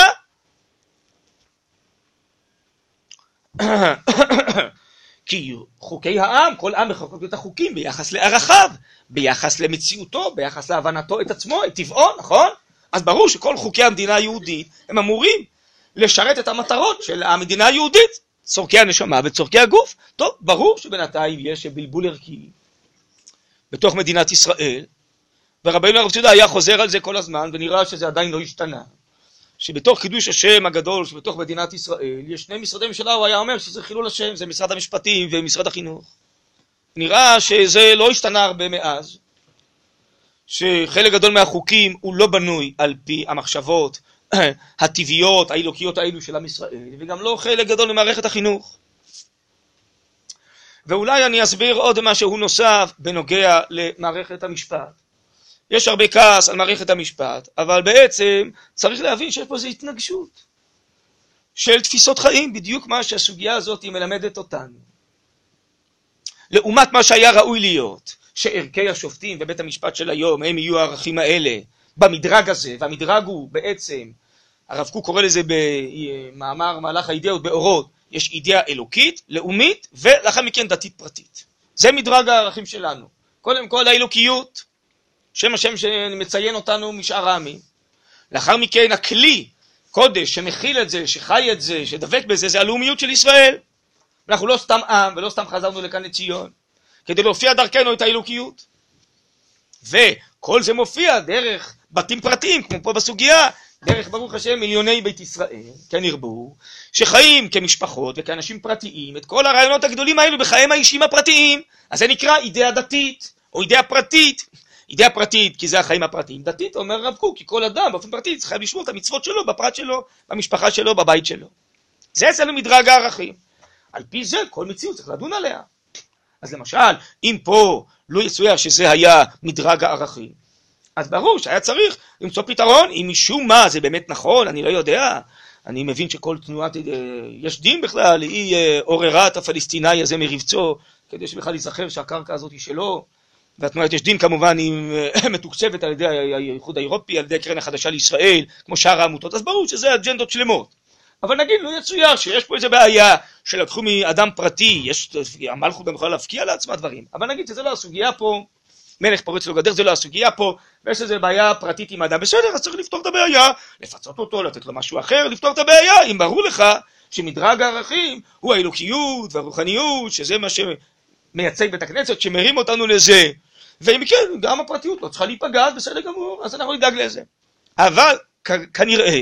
[SPEAKER 1] כי חוקי העם, כל עם מחוקק את החוקים ביחס לערכיו, ביחס למציאותו, ביחס להבנתו את עצמו, את טבעו, נכון? אז ברור שכל חוקי המדינה היהודית הם אמורים לשרת את המטרות של המדינה היהודית, צורכי הנשמה וצורכי הגוף. טוב, ברור שבינתיים יש בלבול ערכי בתוך מדינת ישראל, ורבינו הרב ציודה היה חוזר על זה כל הזמן, ונראה שזה עדיין לא השתנה. שבתוך קידוש השם הגדול, שבתוך מדינת ישראל, יש שני משרדי ממשלה, הוא היה אומר שזה חילול השם, זה משרד המשפטים ומשרד החינוך. נראה שזה לא השתנה הרבה מאז, שחלק גדול מהחוקים הוא לא בנוי על פי המחשבות הטבעיות, האלוקיות האלו של עם ישראל, וגם לא חלק גדול ממערכת החינוך. ואולי אני אסביר עוד משהו נוסף בנוגע למערכת המשפט. יש הרבה כעס על מערכת המשפט, אבל בעצם צריך להבין שיש פה איזו התנגשות של תפיסות חיים, בדיוק מה שהסוגיה הזאת היא מלמדת אותנו. לעומת מה שהיה ראוי להיות, שערכי השופטים ובית המשפט של היום הם יהיו הערכים האלה, במדרג הזה, והמדרג הוא בעצם, הרב קוק קורא לזה במאמר מהלך האידאות באורות, יש אידאה אלוקית, לאומית, ולאחר מכן דתית פרטית. זה מדרג הערכים שלנו. קודם כל האלוקיות, שם השם שמציין אותנו משאר העמים. לאחר מכן הכלי, קודש, שמכיל את זה, שחי את זה, שדבק בזה, זה הלאומיות של ישראל. אנחנו לא סתם עם, ולא סתם חזרנו לכאן לציון, כדי להופיע דרכנו את האלוקיות. וכל זה מופיע דרך בתים פרטיים, כמו פה בסוגיה, דרך ברוך השם מיליוני בית ישראל, כן ירבו, שחיים כמשפחות וכאנשים פרטיים, את כל הרעיונות הגדולים האלו בחיים האישיים הפרטיים. אז זה נקרא אידאה דתית, או אידאה פרטית. אידאה פרטית, כי זה החיים הפרטיים. דתית, אומר רב קוק, כי כל אדם באופן פרטי צריך לשמור את המצוות שלו, בפרט שלו, במשפחה שלו, בבית שלו. זה אצלנו מדרג הערכים. על פי זה, כל מציאות צריך לדון עליה. אז למשל, אם פה לא יצויר שזה היה מדרג הערכים, אז ברור שהיה צריך למצוא פתרון. אם משום מה זה באמת נכון, אני לא יודע. אני מבין שכל תנועת יש דין בכלל, היא עוררה את הפלסטיני הזה מרבצו, כדי שבכלל ייזכר שהקרקע הזאת היא שלו. והתנועת יש דין כמובן היא מתוקצבת על ידי האיחוד האירופי, על ידי הקרן החדשה לישראל, כמו שאר העמותות. אז ברור שזה אג'נדות שלמות. אבל נגיד, לא יצויר שיש פה איזה בעיה שלקחו מאדם פרטי, המלכות גם יכולה להפקיע לעצמה דברים, אבל נגיד שזה לא הסוגיה פה, מלך פורץ לו גדר, זה לא הסוגיה פה, ויש איזו בעיה פרטית עם אדם, בסדר, אז צריך לפתור את הבעיה, לפצות אותו, לתת לו משהו אחר, לפתור את הבעיה, אם ברור לך שמדרג הערכים הוא האלוקיות והרוחניות, שזה מה שמייצג בית הכנסת, שמרים אותנו לזה, ואם כן, גם הפרטיות לא צריכה להיפגע, בסדר גמור, אז אנחנו נדאג לזה. אבל כנראה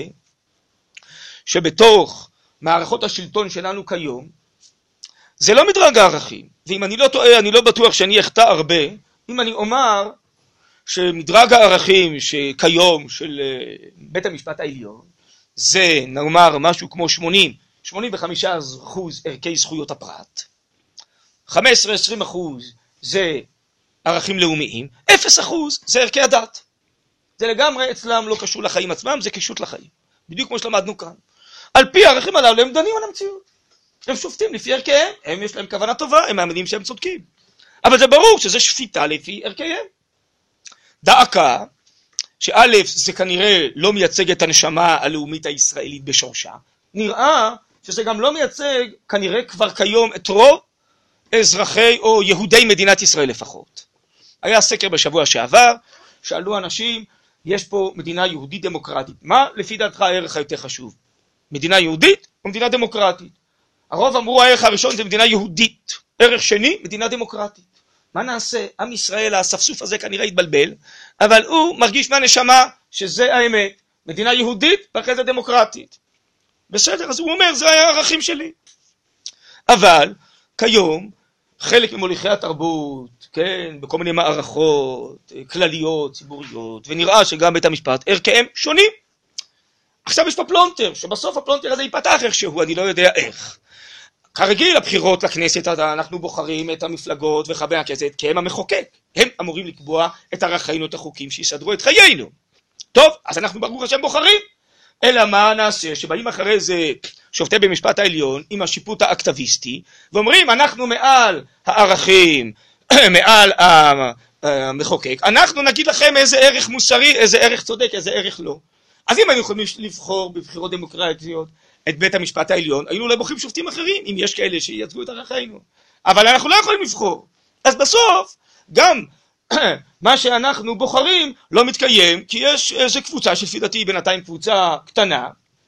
[SPEAKER 1] שבתוך מערכות השלטון שלנו כיום, זה לא מדרג הערכים, ואם אני לא טועה, אני לא בטוח שאני אחטא הרבה, אם אני אומר שמדרג הערכים שכיום של בית המשפט העליון, זה נאמר משהו כמו 85% ערכי זכויות הפרט, 15-20% זה ערכים לאומיים, 0% זה ערכי הדת. זה לגמרי אצלם לא קשור לחיים עצמם, זה קישוט לחיים. בדיוק כמו שלמדנו כאן. על פי הערכים הללו הם דנים על המציאות. הם שופטים לפי ערכיהם, הם יש להם כוונה טובה, הם מאמינים שהם צודקים. אבל זה ברור שזה שפיטה לפי ערכיהם. דאקה, שא' זה כנראה לא מייצג את הנשמה הלאומית הישראלית בשורשה, נראה שזה גם לא מייצג כנראה כבר כיום את רוב אזרחי או יהודי מדינת ישראל לפחות. היה סקר בשבוע שעבר, שאלו אנשים, יש פה מדינה יהודית דמוקרטית, מה לפי דעתך הערך היותר חשוב? מדינה יהודית או מדינה דמוקרטית? הרוב אמרו הערך הראשון זה מדינה יהודית, ערך שני מדינה דמוקרטית. מה נעשה? עם ישראל, הספסוף הזה כנראה התבלבל, אבל הוא מרגיש מהנשמה שזה האמת, מדינה יהודית ואחרי זה דמוקרטית. בסדר, אז הוא אומר, זה היה הערכים שלי. אבל כיום, חלק ממוליכי התרבות, כן, בכל מיני מערכות, כלליות, ציבוריות, ונראה שגם בית המשפט, ערכיהם שונים. עכשיו יש פה פלונטר, שבסוף הפלונטר הזה ייפתח איכשהו, אני לא יודע איך. כרגיל, הבחירות לכנסת, אנחנו בוחרים את המפלגות וחברי הכנסת, כי הם המחוקק. הם אמורים לקבוע את ערכינו, את החוקים שיסדרו את חיינו. טוב, אז אנחנו ברוך השם בוחרים. אלא מה נעשה? שבאים אחרי זה שופטי במשפט העליון עם השיפוט האקטיביסטי, ואומרים אנחנו מעל הערכים, מעל המחוקק, אנחנו נגיד לכם איזה ערך מוסרי, איזה ערך צודק, איזה ערך לא. אז אם היינו יכולים לבחור בבחירות דמוקרטיות את בית המשפט העליון, היינו אולי בוחרים שופטים אחרים, אם יש כאלה שייצגו את ערכינו. אבל אנחנו לא יכולים לבחור. אז בסוף, גם מה שאנחנו בוחרים לא מתקיים, כי יש איזו קבוצה שלפי דעתי בינתיים קבוצה קטנה,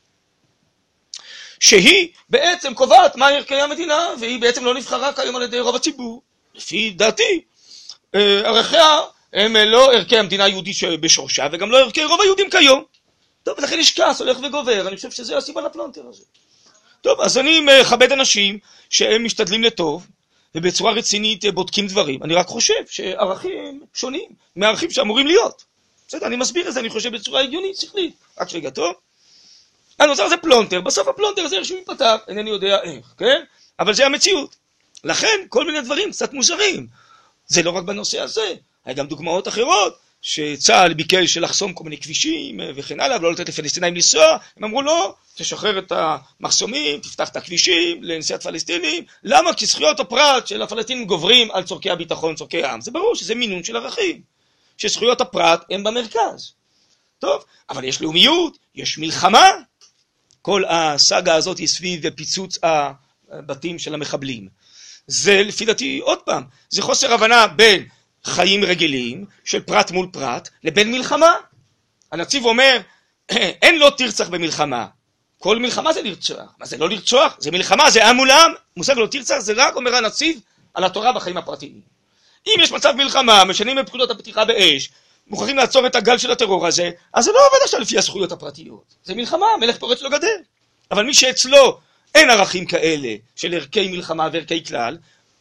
[SPEAKER 1] שהיא בעצם קובעת מה ערכי המדינה, והיא בעצם לא נבחרה כיום על ידי רוב הציבור. לפי דעתי, ערכיה הם לא ערכי המדינה היהודית בשורשה, וגם לא ערכי רוב היהודים כיום. טוב, לכן יש כעס הולך וגובר, אני חושב שזה הסיבה לפלונטר הזה. טוב, אז אני מכבד אנשים שהם משתדלים לטוב, ובצורה רצינית בודקים דברים. אני רק חושב שערכים שונים מערכים שאמורים להיות. בסדר, אני מסביר את זה, אני חושב בצורה הגיונית, שכלית. רק רגע, טוב? אני רוצה לזה פלונטר, בסוף הפלונטר הזה איכשהו מתפתח, אינני יודע איך, כן? אבל זה המציאות. לכן, כל מיני דברים קצת מוזרים. זה לא רק בנושא הזה, היה גם דוגמאות אחרות, שצה"ל ביקש לחסום כל מיני כבישים וכן הלאה, ולא לתת לפלסטינאים לנסוע, הם אמרו לא, תשחרר את המחסומים, תפתח את הכבישים לנסיעת פלסטינים. למה? כי זכויות הפרט של הפלסטינים גוברים על צורכי הביטחון, צורכי העם. זה ברור שזה מינון של ערכים, שזכויות הפרט הם במרכז. טוב, אבל יש לאומיות, יש מלחמה, כל הסאגה הזאת היא סביב פיצוץ הבתים של המחבלים. זה לפי דעתי, עוד פעם, זה חוסר הבנה בין חיים רגילים של פרט מול פרט לבין מלחמה. הנציב אומר, אין לא תרצח במלחמה. כל מלחמה זה לרצוח. מה זה לא לרצוח? זה מלחמה, זה עם מול עם. מושג לא תרצח, זה רק אומר הנציב על התורה בחיים הפרטיים. אם יש מצב מלחמה, משנים את פקודות הפתיחה באש, מוכרחים לעצור את הגל של הטרור הזה, אז זה לא עובד עכשיו לפי הזכויות הפרטיות. זה מלחמה, מלך פורץ לו גדר. אבל מי שאצלו אין ערכים כאלה של ערכי מלחמה וערכי כלל,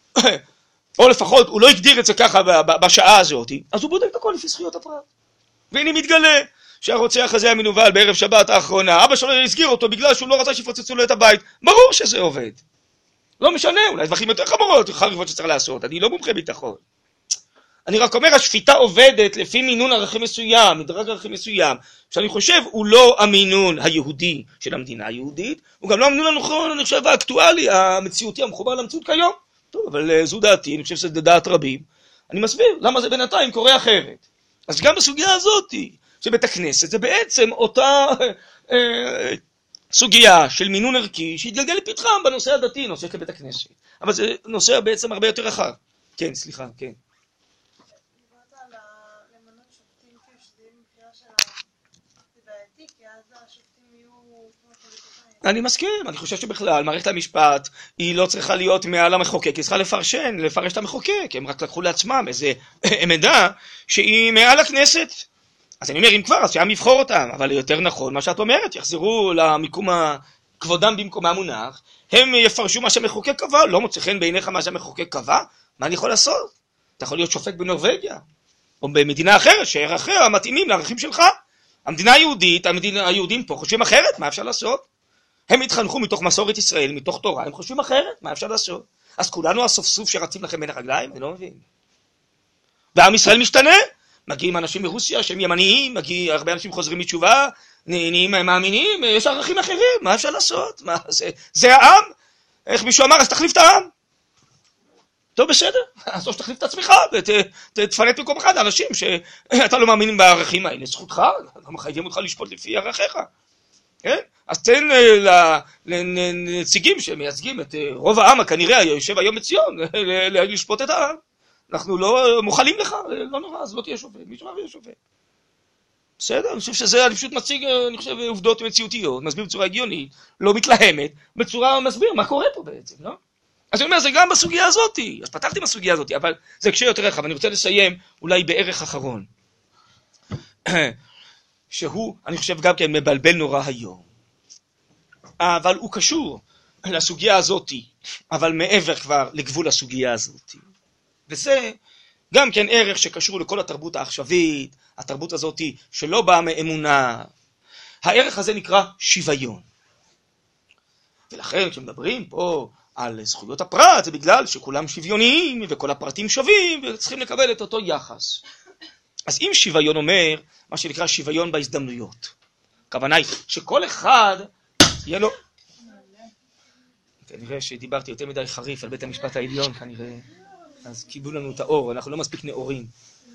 [SPEAKER 1] או לפחות הוא לא הגדיר את זה ככה בשעה הזאת, אז הוא בודק את הכל לפי זכויות הפרט. והנה מתגלה שהרוצח הזה המנוול בערב שבת האחרונה, אבא שלו הסגיר אותו בגלל שהוא לא רצה שיפוצצו לו את הבית. ברור שזה עובד. לא משנה, אולי דברים יותר חמורות, חריפות שצריך לעשות. אני לא מומחה ביטחון. אני רק אומר, השפיטה עובדת לפי מינון ערכים מסוים, מדרג ערכים מסוים, שאני חושב הוא לא המינון היהודי של המדינה היהודית, הוא גם לא המינון הנכון, אני חושב, האקטואלי, המציאותי, המחובר למציאות כיום. טוב, אבל זו דעתי, אני חושב שזה דעת רבים. אני מסביר למה זה בינתיים קורה אחרת. אז גם בסוגיה הזאת, שבית הכנסת זה בעצם אותה סוגיה של מינון ערכי שהתגלגל לפתחם בנושא הדתי, נושא כבית הכנסת. אבל זה נושא בעצם הרבה יותר רחב. כן, סליחה, כן.
[SPEAKER 2] דיברת על למנות שופטים שזה יהיה מבחירה של בעייתי, כי אז השופטים יהיו כמו פוליטיקאים.
[SPEAKER 1] אני מסכים, אני חושב שבכלל מערכת המשפט היא לא צריכה להיות מעל המחוקק, היא צריכה לפרש את המחוקק, הם רק לקחו לעצמם איזה עמדה שהיא מעל הכנסת. אז אני אומר, אם כבר, אז שהם יבחור אותם, אבל יותר נכון מה שאת אומרת, יחזרו למיקום כבודם במקום המונח, הם יפרשו מה שהמחוקק קבע, לא מוצא חן בעיניך מה שהמחוקק קבע, מה אני יכול לעשות? אתה יכול להיות שופט בנורווגיה, או במדינה אחרת, שערכיה מתאימים לערכים שלך. המדינה היהודית, היהודים פה חושבים אחרת, מה אפשר לעשות? הם התחנכו מתוך מסורת ישראל, מתוך תורה, הם חושבים אחרת, מה אפשר לעשות? אז כולנו הסופסוף שרצים לכם בין הרגליים, אני לא מבין. ועם ישראל משתנה, מגיעים אנשים מרוסיה שהם ימניים, מגיעים הרבה אנשים חוזרים מתשובה, נהיים מאמינים, יש ערכים אחרים, מה אפשר לעשות? מה, זה העם? איך מישהו אמר, אז תחליף את העם. טוב, בסדר, אז או שתחליף את עצמך, ותפנה את מקום אחד, האנשים שאתה לא מאמין בערכים האלה, זכותך, לא מחייבים אותך לשפוט לפי ערכיך. כן? אז תן לנציגים שמייצגים את רוב העם, כנראה יושב היום בציון, לשפוט את העם. אנחנו לא מוכלים לך, לא נורא, אז לא תהיה שופט, מישהו יהיה שופט. בסדר, אני חושב שזה, אני פשוט מציג, אני חושב, עובדות מציאותיות, מסביר בצורה הגיונית, לא מתלהמת, בצורה מסביר מה קורה פה בעצם, לא? אז אני אומר, זה גם בסוגיה הזאת, אז פתחתי בסוגיה הזאת, אבל זה קשה יותר רחב, אני רוצה לסיים אולי בערך אחרון, שהוא, אני חושב גם כן מבלבל נורא היום, אבל הוא קשור לסוגיה הזאת, אבל מעבר כבר לגבול הסוגיה הזאת. וזה גם כן ערך שקשור לכל התרבות העכשווית, התרבות הזאת שלא באה מאמונה. הערך הזה נקרא שוויון. ולכן כשמדברים פה על זכויות הפרט, זה בגלל שכולם שוויוניים וכל הפרטים שווים וצריכים לקבל את אותו יחס. אז אם שוויון אומר, מה שנקרא שוויון בהזדמנויות, הכוונה היא שכל אחד יהיה לו... כנראה שדיברתי יותר מדי חריף על בית המשפט העליון, כנראה... אז קיבלו לנו את האור, אנחנו לא מספיק נאורים.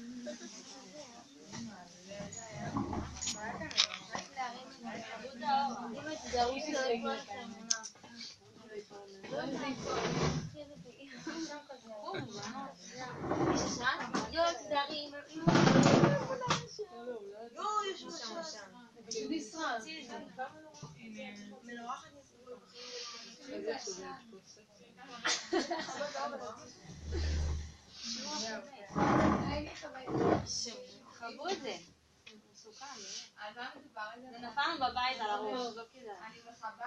[SPEAKER 3] חבו את זה. זה נפלנו בבית על הראש. אני מחבה,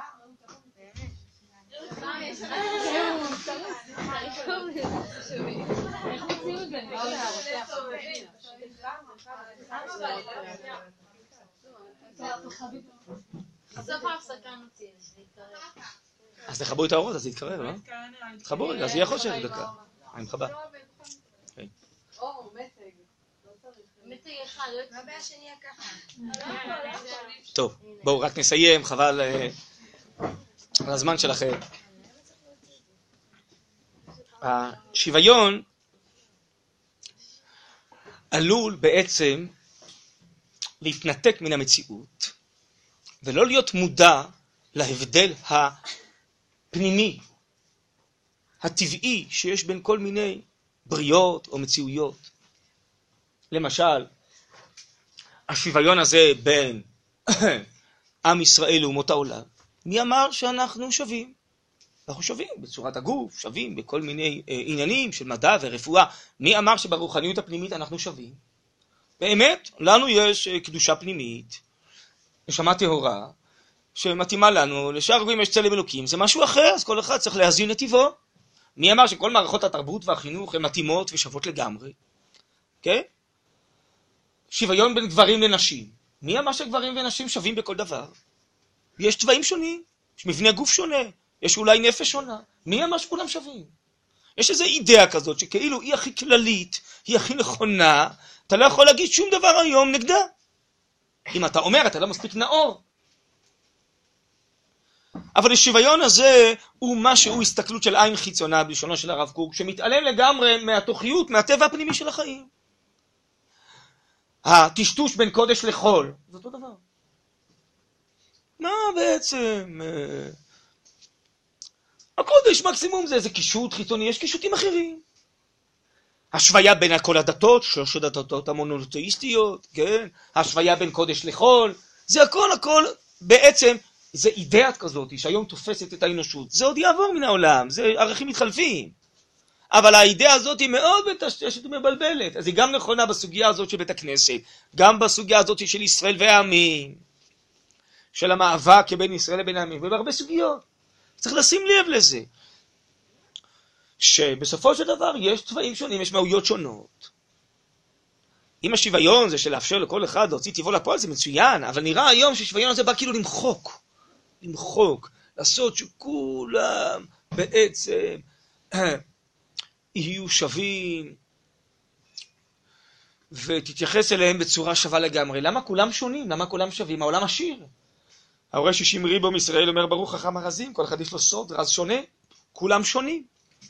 [SPEAKER 3] איך מציעו את זה? בסוף ההפסקה נוציא, זה יתקרב.
[SPEAKER 1] אז תחבו את האורות, אז זה יתקרב, לא? תחבו רגע, אז יהיה חושב דקה. אני מחבה.
[SPEAKER 2] אור, מתג.
[SPEAKER 3] מתג אחד, מה הבעיה שנהיה ככה?
[SPEAKER 1] טוב, בואו רק נסיים, חבל על הזמן שלכם. השוויון עלול בעצם להתנתק מן המציאות ולא להיות מודע להבדל הפנימי, הטבעי שיש בין כל מיני בריאות או מציאויות. למשל, השוויון הזה בין עם ישראל לאומות העולם, מי אמר שאנחנו שווים? אנחנו שווים בצורת הגוף, שווים בכל מיני עניינים של מדע ורפואה. מי אמר שברוחניות הפנימית אנחנו שווים? באמת, לנו יש קדושה פנימית, נשמה טהורה, שמתאימה לנו, לשאר הגויים יש צלם אלוקים, זה משהו אחר, אז כל אחד צריך להזין נתיבו. מי אמר שכל מערכות התרבות והחינוך הן מתאימות ושוות לגמרי? כן? שוויון בין גברים לנשים. מי אמר שגברים ונשים שווים בכל דבר? יש צבעים שונים, יש מבנה גוף שונה, יש אולי נפש שונה. מי אמר שכולם שווים? יש איזו אידאה כזאת שכאילו היא הכי כללית, היא הכי נכונה, אתה לא יכול להגיד שום דבר היום נגדה. אם אתה אומר, אתה לא מספיק נאור. אבל השוויון הזה הוא משהו הסתכלות של עין חיצונה בלשונו של הרב קוק, שמתעלם לגמרי מהתוכיות, מהטבע הפנימי של החיים. הטשטוש בין קודש לחול, זה אותו דבר. מה בעצם? הקודש מקסימום זה איזה קישוט חיצוני, יש קישוטים אחרים. השוויה בין כל הדתות, שלוש הדתות המונותאיסטיות, כן? השוויה בין קודש לחול, זה הכל בעצם, זה אידאה כזאת שהיום תופסת את האנושות. זה עוד יעבור מן העולם, זה ערכים מתחלפים. אבל האידאה הזאת היא מאוד מטשטשת ומבלבלת. אז היא גם נכונה בסוגיה הזאת של בית הכנסת, גם בסוגיה הזאת של ישראל והעמים, של המאבק בין ישראל לבין העמים, ובהרבה סוגיות. צריך לשים לב לזה. שבסופו של דבר יש צבעים שונים, יש מהויות שונות. אם השוויון זה של לאפשר לכל אחד להוציא טבעו לפועל, זה מצוין, אבל נראה היום ששוויון הזה בא כאילו למחוק, לעשות שכולם בעצם יהיו שווים, ותתייחס אליהם בצורה שווה לגמרי. למה כולם שונים? למה כולם שווים? העולם עשיר. ההורה 60 ריבו מישראל אומר ברוך חכם הרזים, כל אחד יש לו סוד, רז שונה, כולם שונים.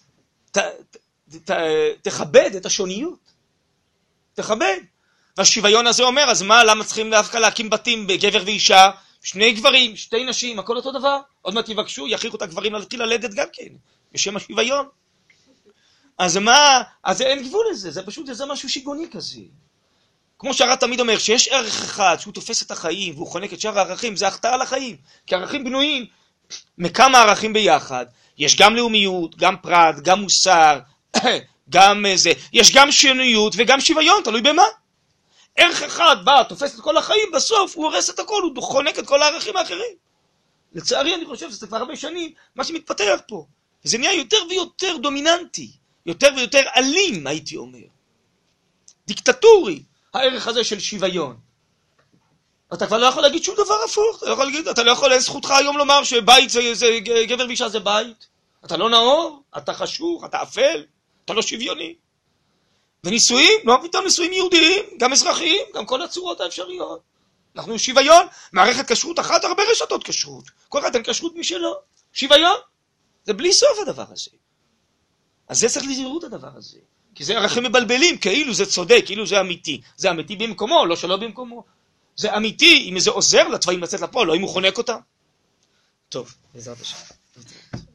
[SPEAKER 1] תכבד את השוניות. תכבד. והשוויון הזה אומר, אז מה, למה צריכים דווקא להקים בתים בגבר ואישה, שני גברים, שתי נשים, הכל אותו דבר? עוד מעט יבקשו, יכריחו את הגברים להתחיל ללדת גם כן, בשם השוויון. אז מה, אז אין גבול לזה, זה פשוט, זה משהו שיגעוני כזה. כמו שהר"ן תמיד אומר, שיש ערך אחד שהוא תופס את החיים, והוא חונק את שאר הערכים, זה החטאה לחיים. כי ערכים בנויים מכמה ערכים ביחד. יש גם לאומיות, גם פרט, גם מוסר, גם זה. יש גם שינויות וגם שוויון, תלוי במה. ערך אחד בא, תופס את כל החיים, בסוף הוא הורס את הכל, הוא חונק את כל הערכים האחרים. לצערי אני חושב שזה כבר הרבה שנים, מה שמתפתח פה. זה נהיה יותר ויותר דומיננטי, יותר ויותר אלים, הייתי אומר. דיקטטורי, הערך הזה של שוויון. אתה כבר לא יכול להגיד שום דבר הפוך, אתה לא יכול, אין זכותך היום לומר שבית זה גבר ואישה זה בית. אתה לא נאור, אתה חשוך, אתה אפל, אתה לא שוויוני. ונישואים, לא פתאום נישואים יהודיים, גם אזרחיים, גם כל הצורות האפשריות. אנחנו שוויון, מערכת כשרות אחת, הרבה רשתות כשרות. כל אחד אין כשרות משלו. שוויון, זה בלי סוף הדבר הזה. אז זה צריך לזהירות הדבר הזה. כי זה ערכים מבלבלים, כאילו זה צודק, כאילו זה אמיתי. זה אמיתי במקומו, לא שלא במקומו. זה אמיתי, אם זה עוזר לצבעים לצאת לפה, לא אם הוא חונק אותם. טוב, בעזרת השם.